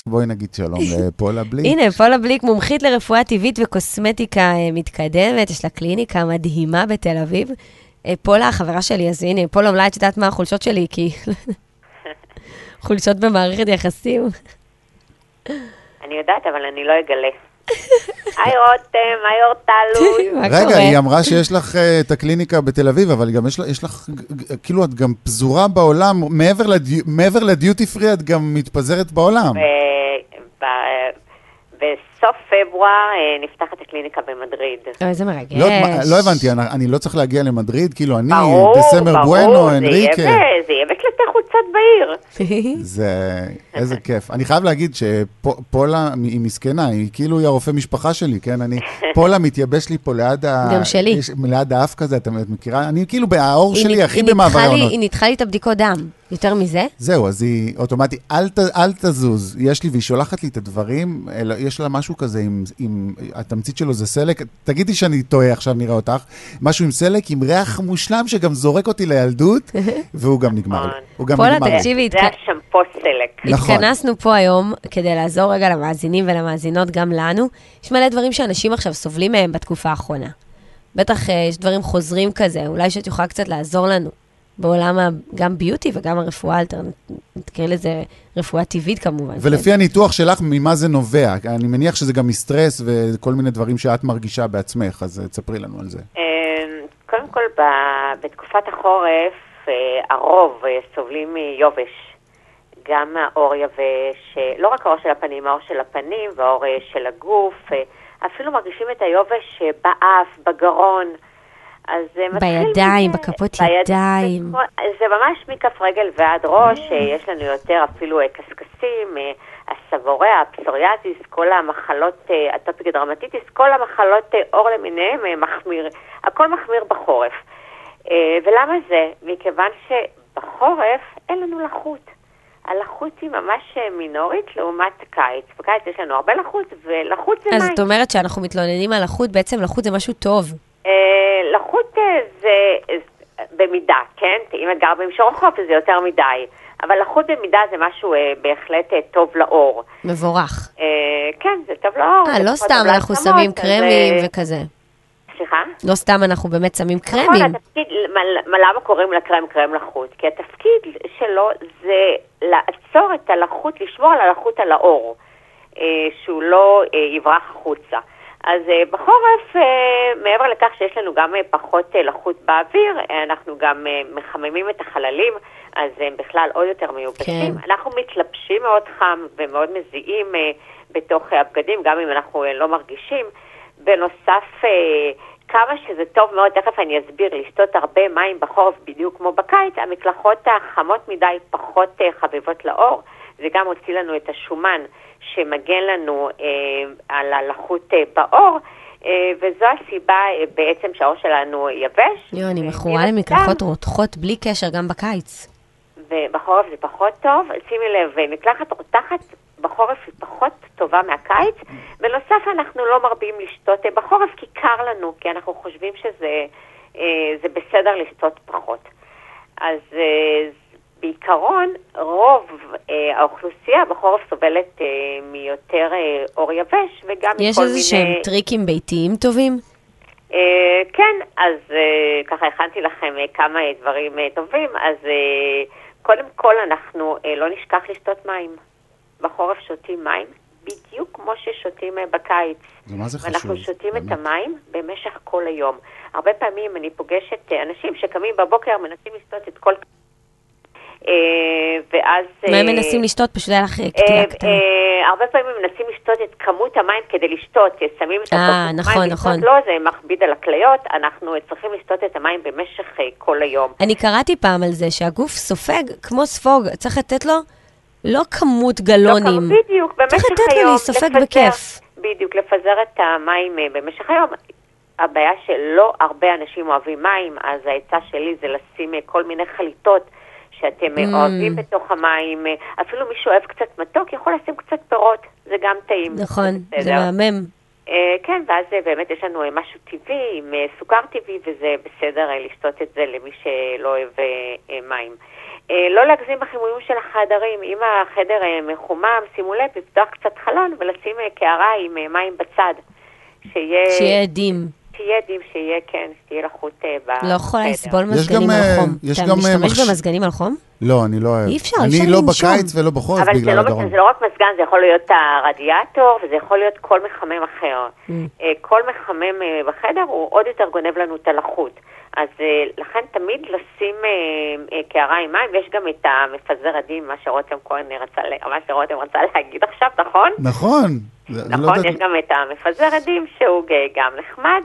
בואי נגיד שלום לפולה בליק. הנה, פולה בליק מומחית לרפואה טבעית וקוסמטיקה מתקדמת, יש לה קליניקה מדהימה בתל אביב. פולה, החברה שלי, אז הנה, פולה, אולי את יודעת מה החולשות שלי, כי חולשות במערכת יחסים. אני יודעת, אבל אני לא אגלה. היי רותם, היי אורטלו. רגע, היא אמרה שיש לך את הקליניקה בתל אביב, אבל גם יש לך, כאילו את גם פזורה בעולם, מעבר לדיוטי פרי את גם מתפזרת בעולם. בסוף פברואר נפתחת הקליניקה במדריד. איזה מרגש. לא הבנתי, אני לא צריך להגיע למדריד, כאילו אני, דסמר בואנו, אנריקה. זה יהיה בקלטי חוצות בעיר. איזה כיף. אני חייב להגיד שפולה היא מסכנה, היא כאילו היא הרופא משפחה שלי, כן? פולה מתייבש לי פה ליד האף כזה, את מכירה? אני כאילו בעור שלי הכי במעבר העונות. היא ניתחה לי את הבדיקות דם. יותר מזה? זהו, אז היא אוטומטית, אל תזוז, יש לי, והיא שולחת לי את הדברים, יש לה משהו כזה, התמצית שלו זה סלק, תגידי שאני טועה, עכשיו נראה אותך, משהו עם סלק, עם ריח מושלם, שגם זורק אותי לילדות, והוא גם נגמר לי. פולה, תקשיבי, זה השמפו סלק. התכנסנו פה היום, כדי לעזור רגע למאזינים ולמאזינות, גם לנו, יש מלא דברים שאנשים עכשיו סובלים מהם בתקופה האחרונה. בטח יש דברים חוזרים כזה, אולי שאת יכולה קצת לעזור לנו. בעולם גם ביוטי וגם הרפואה נתקרא לזה רפואה טבעית כמובן. ולפי הניתוח שלך, ממה זה נובע? אני מניח שזה גם מסטרס וכל מיני דברים שאת מרגישה בעצמך, אז תספרי לנו על זה. קודם כל, בתקופת החורף, הרוב סובלים מיובש. גם האור יבש, לא רק האור של הפנים, האור של הפנים והאור של הגוף, אפילו מרגישים את היובש באף, בגרון, בידיים, בכפות ידיים. זה ממש מכף רגל ועד ראש, יש לנו יותר אפילו קסקסים, הסבוריה, הפסוריאזיס, כל המחלות, אטופיקה דרמטיטיס, כל המחלות אור למיניהם מחמיר, הכל מחמיר בחורף. ולמה זה? מכיוון שבחורף אין לנו לחות. הלחות היא ממש מינורית לעומת קיץ. בקיץ יש לנו הרבה לחות, ולחות זה מים. אז את אומרת שאנחנו מתלוננים על לחות, בעצם לחות זה משהו טוב. לחות זה במידה, כן? אם את גר במישור החוף זה יותר מדי, אבל לחות במידה זה משהו בהחלט טוב לאור. מבורך. כן, זה טוב לאור. לא סתם אנחנו שמים קרמים וכזה. סליחה? לא סתם אנחנו באמת שמים קרמים. נכון, התפקיד, למה קוראים לקרם קרם לחות? כי התפקיד שלו זה לעצור את הלחות, לשמור על הלחות על האור, שהוא לא יברח החוצה. אז בחורף, מעבר לכך שיש לנו גם פחות לחות באוויר, אנחנו גם מחממים את החללים, אז הם בכלל עוד יותר מיובשים. כן. אנחנו מתלבשים מאוד חם ומאוד מזיעים בתוך הבגדים, גם אם אנחנו לא מרגישים. בנוסף, כמה שזה טוב מאוד, תכף אני אסביר, לשתות הרבה מים בחורף בדיוק כמו בקיץ, המקלחות החמות מדי פחות חביבות לאור, זה גם הוציא לנו את השומן שמגן לנו על הלחות באור, וזו הסיבה בעצם שהאור שלנו יבש. אני מכורה למקלחות רותחות בלי קשר גם בקיץ. ובחורף זה פחות טוב, שימי לב, מקלחת רותחת בחורף היא פחות טובה מהקיץ, בנוסף אנחנו לא מרבים לשתות בחורף כי קר לנו, כי אנחנו חושבים שזה בסדר לשתות פחות. אז בעיקרון, רוב האוכלוסייה בחורף סובלת מיותר אור יבש, וגם יש איזה שהם טריקים ביתיים טובים? כן, אז ככה הכנתי לכם כמה דברים טובים, אז קודם כל אנחנו לא נשכח לשתות מים. בחורף שותים מים בדיוק כמו ששותים בקיץ. ומה זה חשוב? ואנחנו שותים את המים במשך כל היום. הרבה פעמים אני פוגשת אנשים שקמים בבוקר, מנסים לשתות את כל... ואז... מה הם מנסים לשתות? פשוט היה לך קטיעה קטנה. הרבה פעמים מנסים לשתות את כמות המים כדי לשתות, שמים את נכון, מים נכון. לשתות, לא, זה מכביד על הכליות, אנחנו צריכים לשתות את המים במשך כל היום. אני קראתי פעם על זה שהגוף סופג כמו ספוג, צריך לתת לו לא כמות גלונים. לא, בדיוק, במשך היום. צריך לתת לו להיספק בכיף. בדיוק, לפזר את המים במשך היום. הבעיה שלא הרבה אנשים אוהבים מים, אז העצה שלי זה לשים כל מיני חליטות שאתם אוהבים בתוך המים, אפילו מי שאוהב קצת מתוק יכול לשים קצת פירות, זה גם טעים. נכון, זה מהמם. כן, ואז באמת יש לנו משהו טבעי, עם סוכר טבעי, וזה בסדר לשתות את זה למי שלא אוהב מים. לא להגזים בחימומים של החדרים. אם החדר מחומם, שימו לב, לפתוח קצת חלון ולשים קערה עם מים בצד. שיהיה עדים. שיהיה עדים, שתהיה לחות בחדר. לא יכולה לסבול מזגנים על חום. אתה משתמש במזגנים על חום? לא, אני לא אוהב. אי אפשר, אני לא בקיץ ולא בחורף בגלל הדרום. אבל זה לא רק מזגן, זה יכול להיות הרדיאטור, וזה יכול להיות כל מחמם אחר. כל מחמם בחדר הוא עוד יותר גונב לנו את הלחות. אז לכן תמיד לשים קערה עם מים, ויש גם את המפזר עדים, מה שרותם כהן רצה להגיד עכשיו, נכון? נכון. נכון, יש גם את המפזר עדים, שהוא גם נחמד.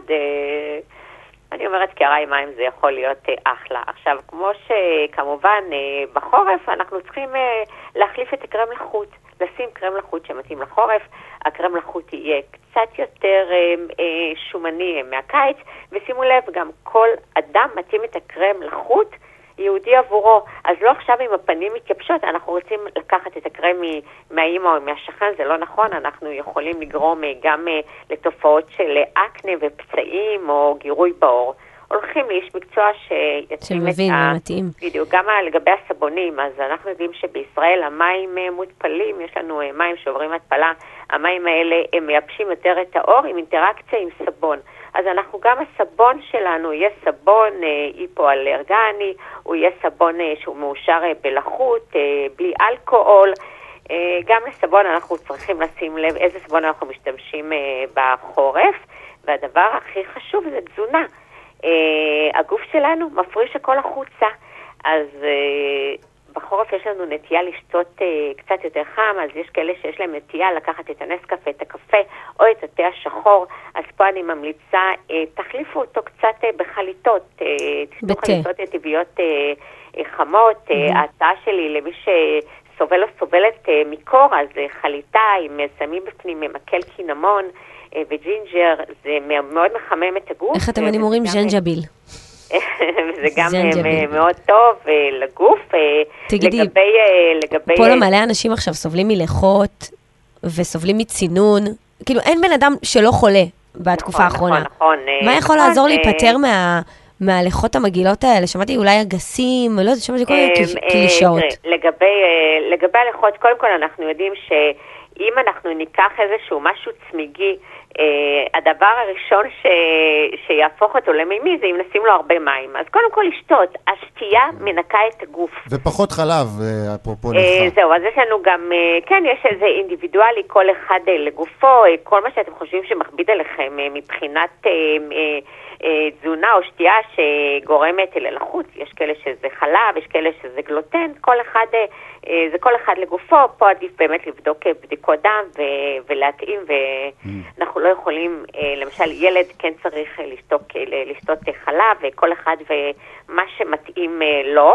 אני אומרת, קערה עם מים זה יכול להיות אחלה. עכשיו, כמו שכמובן בחורף, אנחנו צריכים להחליף את הקרם לחוט, לשים קרם לחוט שמתאים לחורף. הקרם לחוט יהיה קצת יותר שומני מהקיץ, ושימו לב, גם כל אדם מתאים את הקרם לחוט יהודי עבורו. אז לא עכשיו עם הפנים מתייבשות, אנחנו רוצים לקחת את הקרם מהאמא או מהשכן, זה לא נכון, אנחנו יכולים לגרום גם לתופעות של אקנה ופצעים או גירוי בעור. הולכים לאיש מקצוע שיתאים את מתאים. בדיוק, גם לגבי הסבונים, אז אנחנו יודעים שבישראל המים מותפלים, יש לנו מים שעוברים התפלה, המים האלה הם מייבשים יותר את העור עם אינטראקציה עם סבון. אז אנחנו גם הסבון שלנו יהיה סבון היפואלרגני, הוא יהיה סבון שהוא מאושר בלחות, בלי אלכוהול. גם לסבון אנחנו צריכים לשים לב איזה סבון אנחנו משתמשים בחורף, והדבר הכי חשוב זה תזונה. הגוף שלנו מפריש הכל החוצה, אז בחורף יש לנו נטייה לשתות קצת יותר חם, אז יש כאלה שיש להם נטייה לקחת את הנסקפה, את הקפה או את התה השחור, אז פה אני ממליצה, תחליפו אותו קצת בחליטות, תשתו חליטות טבעיות חמות. ההצעה שלי למי שסובל או סובלת מקור, אז חליטה עם שמים בפנים מקל קינמון וג'ינג'ר, זה מאוד מחמם את הגוף. איך אתם אומרים ז'נג'ביל? זה גם מאוד טוב לגוף. תגידי, פה למלא אנשים עכשיו סובלים מלחות וסובלים מצינון, כאילו אין בן אדם שלא חולה בתקופה האחרונה. מה יכול לעזור להיפטר מהלחות המגילות האלה? שמעתי אולי אגסים, לא יודעת, שמעתי כל מיני קלישאות. לגבי הלחות, קודם כל אנחנו יודעים שאם אנחנו ניקח איזשהו משהו צמיגי, הדבר הראשון שיהפוך אותו למימי זה אם נשים לו הרבה מים. אז קודם כל לשתות, השתייה מנקה את הגוף. ופחות חלב, אפרופו לך. זהו, אז יש לנו גם, כן, יש איזה אינדיבידואלי, כל אחד לגופו, כל מה שאתם חושבים שמכביד עליכם מבחינת תזונה או שתייה שגורמת ללחות. יש כאלה שזה חלב, יש כאלה שזה גלוטן, זה כל אחד לגופו. פה עדיף באמת לבדוק בדיקות דם ולהתאים, ואנחנו לא יכולים, למשל ילד כן צריך לשתות חלב, וכל אחד ומה שמתאים לו.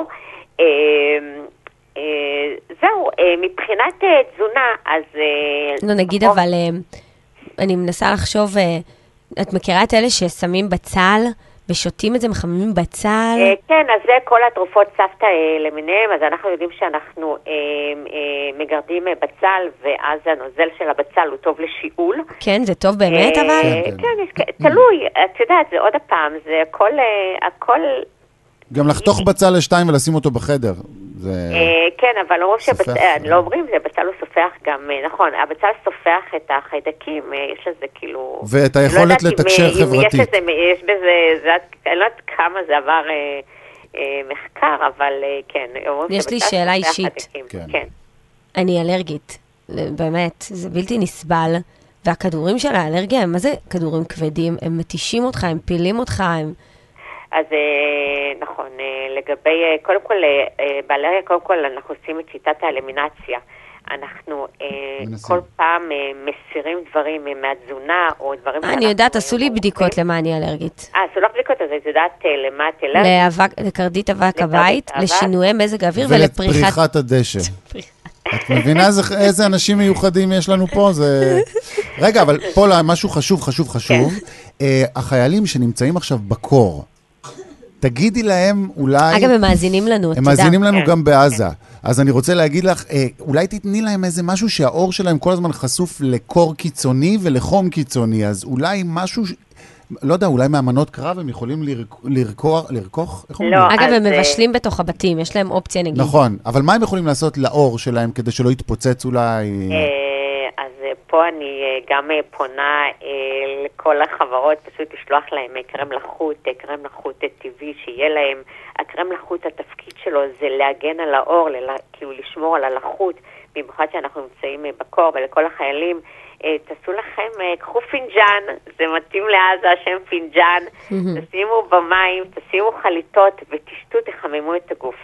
זהו, מבחינת תזונה, אז... לא נגיד, אבל אני מנסה לחשוב, את מכירה את אלה ששמים בצל ושותים את זה, מחממים בצל? כן, אז זה כל התרופות סבתא למיניהם, אז אנחנו יודעים שאנחנו מגרדים בצל, ואז הנוזל של הבצל הוא טוב לשיעול. כן, זה טוב באמת, אבל? כן, תלוי, את יודעת, זה עוד הפעם, זה הכל... גם לחתוך בצל לשתיים ולשים אותו בחדר. כן, אבל לא אומרים, זה בצל הוא סופח גם, נכון, הבצל סופח את החיידקים, יש לזה כאילו... ואת היכולת לתקשר חברתית. יש בזה, אני לא יודעת כמה זה עבר מחקר, אבל כן. יש לי שאלה אישית. אני אלרגית, באמת, זה בלתי נסבל, והכדורים של האלרגיה, מה זה כדורים כבדים? הם מתישים אותך, הם פילים אותך, הם... אז נכון, לגבי, קודם כל, באלרגיה, קודם כל אנחנו עושים את שיטת האלמינציה. אנחנו כל פעם מסירים דברים מהתזונה או דברים... אני יודעת, עשו לי בדיקות למה אני אלרגית. עשו לך בדיקות, אז את יודעת למה את אלרגית? לקרדית אבק הבית, לשינויי מזג האוויר ולפריחת הדשא. את מבינה איזה אנשים מיוחדים יש לנו פה? רגע, אבל פה משהו חשוב. החיילים שנמצאים עכשיו בקור, תגידי להם אולי... אגב, הם מאזינים לנו, הם מאזינים לנו גם בעזה. אז אני רוצה להגיד לך, אולי תתני להם איזה משהו שהאור שלהם כל הזמן חשוף לקור קיצוני ולחום קיצוני, אז אולי משהו לא יודע, אולי מאמנות קרב הם יכולים לרקוח? איך אומרים? לא, אגב, אז, הם מבשלים בתוך הבתים, יש להם אופציה נגיד. נכון, אבל מה הם יכולים לעשות לאור שלהם כדי שלא יתפוצץ אולי? אז פה אני גם פונה לכל החברות, פשוט לשלוח להם קרם לחוט טבעי שיהיה להם. הקרם לחוט, התפקיד שלו זה להגן על האור, כאילו לשמור על הלחות, במיוחד שאנחנו נמצאים בקור, ולכל החיילים, תעשו לכם, קחו פינג'ן, זה מתאים לעזה, השם פינג'ן, תשימו במים, תשימו חליטות ותשתו, תחממו את הגוף.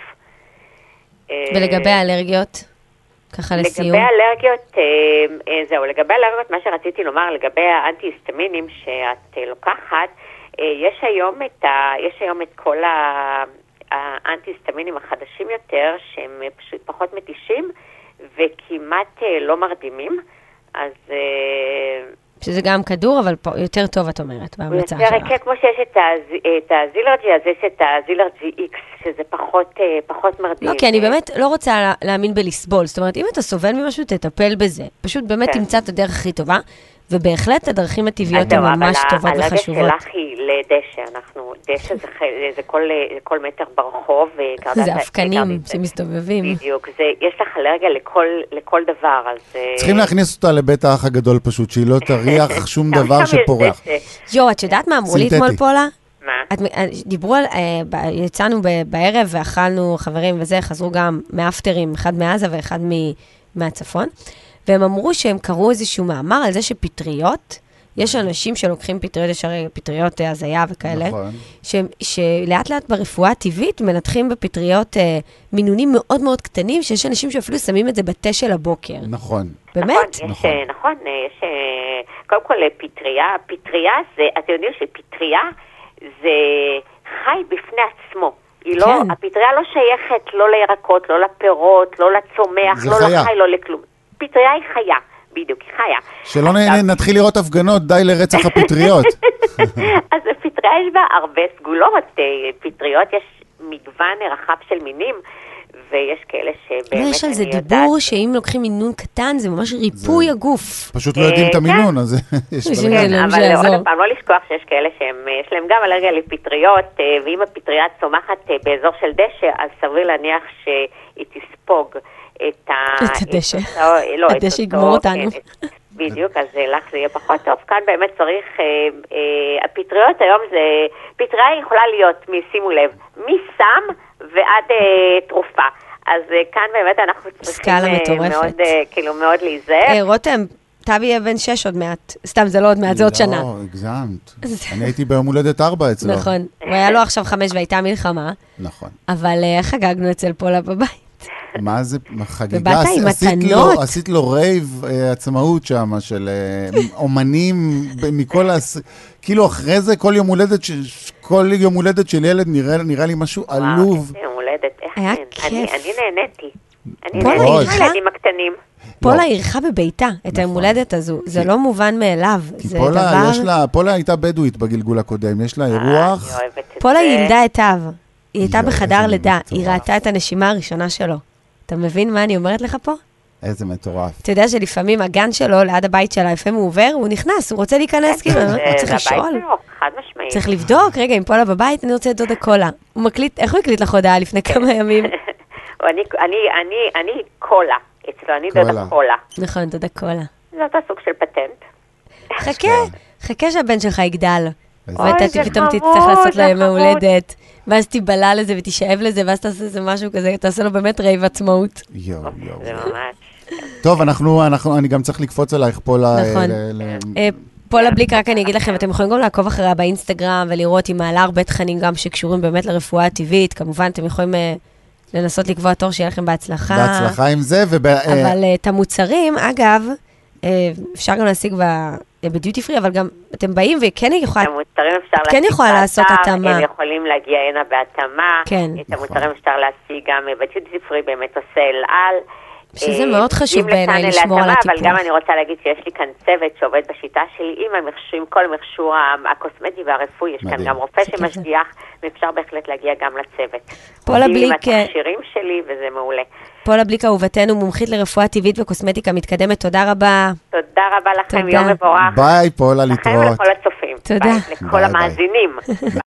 ולגבי האלרגיות? ככה לסיום. לגבי האלרגיות, זהו, לגבי האלרגיות, מה שרציתי לומר, לגבי האנטי-היסטמינים שאת לוקחת, יש היום את כל האנטי-היסטמינים החדשים יותר, שהם פשוט פחות מתישים, וכמעט לא מרדימים, אז... שזה גם כדור, אבל יותר טוב, את אומרת, בהמלצה שלך. כן, כמו שיש את הזילרג'י, אז יש את הזילרג'י איקס, שזה פחות מרדים. לא, כי אני באמת לא רוצה להאמין בלסבול. זאת אומרת, אם אתה סובל ממשהו, תטפל בזה. פשוט באמת תמצא את הדרך הכי טובה, ובהחלט הדרכים הטבעיות הן ממש טובות וחשובות. הלגה שלך היא לדשא. דשא זה כל מטר ברחוב. זה אפקנים שמסתובבים. בדיוק. יש לך אלרגיה לכל דבר, אז... צריכים להכניס אותה לבית האח הגדול פשוט, שהיא לא תריח שום דבר שפורח. את יודעת מה אמרו לי אתמול פולה? מה? דיברו על, יצאנו בערב ואכלנו חברים וזה, חזרו גם מאפטרים, אחד מעזה ואחד מהצפון, והם אמרו שהם קראו איזשהו מאמר על זה שפטריות, יש אנשים שלוקחים פטריות, יש הרי פטריות הזיה וכאלה, נכון. שלאט לאט ברפואה הטבעית מנתחים בפטריות מינונים מאוד מאוד קטנים, שיש אנשים שאפילו שמים את זה בתה של הבוקר. נכון. באמת? נכון, יש, קודם כל פטריה זה, אתם יודעים שפטריה זה חי בפני עצמו. הפטריה לא שייכת לא לירקות, לא לפירות, לא לצומח, לא לחי, לא לכלום. פטריה היא חיה, בדיוק, היא חיה. שלא נתחיל לראות הפגנות, די לרצח הפטריות. אז פטריה יש בה הרבה סגולות. פטריות יש מגוון רחב של מינים, ויש כאלה שבאמת... יש על זה דיבור שאם לוקחים מינון קטן, זה ממש ריפוי הגוף. פשוט לא יודעים את המינון, אז יש כן, אבל עוד פעם, לא לשכוח שיש כאלה שיש להם גם אלרגיה לפטריות, ואם הפטריה צומחת באזור של דשא, אז סביר להניח שהיא תספוג את הדשא. הדשא יגמור אותנו. בדיוק, אז לך זה יהיה פחות טוב. כאן באמת צריך... הפטריות היום זה... פטריה יכולה להיות, שימו לב, מסם ועד תרופה. אז כאן באמת אנחנו צריכים מאוד להיזהר. רותם, טבי יהיה בן 6 עוד מעט. סתם, זה לא עוד מעט, זה עוד שנה. לא, הגזמת. אני הייתי ביום הולדת 4 אצלו. נכון. הוא היה לו עכשיו 5 והייתה מלחמה. נכון. אבל חגגנו אצל פולה בבית. מה זה חגיגה? ובאת עם מתנות. עשית לו רייב עצמאות שם, של אומנים מכל... כאילו אחרי זה כל יום הולדת של ילד נראה לי משהו עלוב. יום הולדת, איך היה כן? כיף. אני נהניתי. פולה עירך? הילדים הקטנים. פולה עירך בביתה את היום הולדת הזו. זה לא מובן מאליו. כי פולה הייתה בדואית בגלגול הקודם, יש לה אירוח. פולה ילדה את אב. היא הייתה בחדר לידה, היא ראתה את הנשימה הראשונה שלו. אתה מבין מה אני אומרת לך פה? איזה מטורף. אתה יודע שלפעמים הגן שלו, ליד הבית שלה, לפעמים הוא עובר, הוא נכנס, הוא רוצה להיכנס, כאילו, צריך לשאול. חד משמעית. צריך לבדוק, רגע, אם פולה בבית, אני רוצה את דודה קולה. הוא מקליט, איך הוא הקליט לך הודעה לפני כמה ימים? אני קולה, אצלו, אני דודה קולה. נכון, דודה קולה. זה אותו סוג של פטנט. חכה שהבן שלך יגדל. ואתה פתאום תצטרך לעשות לו ימי הולדת, ואז תיבלה לזה ותשאב לזה, ואז תעשה איזה משהו כזה, תעשה לו באמת רייב עצמאות. זה ממש. טוב, אני גם צריך לקפוץ עלייך פולה. נכון. פולה בליק, רק אני אגיד לכם, אתם יכולים גם לעקוב אחריה באינסטגרם, ולראות, היא מעלה הרבה תכנים גם שקשורים באמת לרפואה הטבעית, כמובן אתם יכולים לנסות לקבוע תור שיהיה לכם בהצלחה. בהצלחה עם זה, אבל את המוצרים, אגב, אפשר גם להשיג בדיוטי פרי, אבל גם אתם באים וכן יכולה לעשות התאמה. הם יכולים להגיע הנה בהתאמה. כן. את המוצרים אפשר להשיג גם בדיוטי פרי, באמת עושה אל על. שזה מאוד חשוב בעיניי לשמור על הטיפול. אבל גם אני רוצה להגיד שיש לי כאן צוות שעובד בשיטה שלי עם כל מכשור הקוסמטי והרפואי, יש כאן גם רופא שמשגיח, ואפשר בהחלט להגיע גם לצוות. פולה בליק, התכשירים שלי, וזה מעולה. פולה בליק אהובתנו, מומחית לרפואה טבעית וקוסמטיקה מתקדמת, תודה רבה. תודה רבה לכם, יום מבורך. ביי פולה, להתראות. לכם ולכל הצופים. תודה. לכל המאזינים.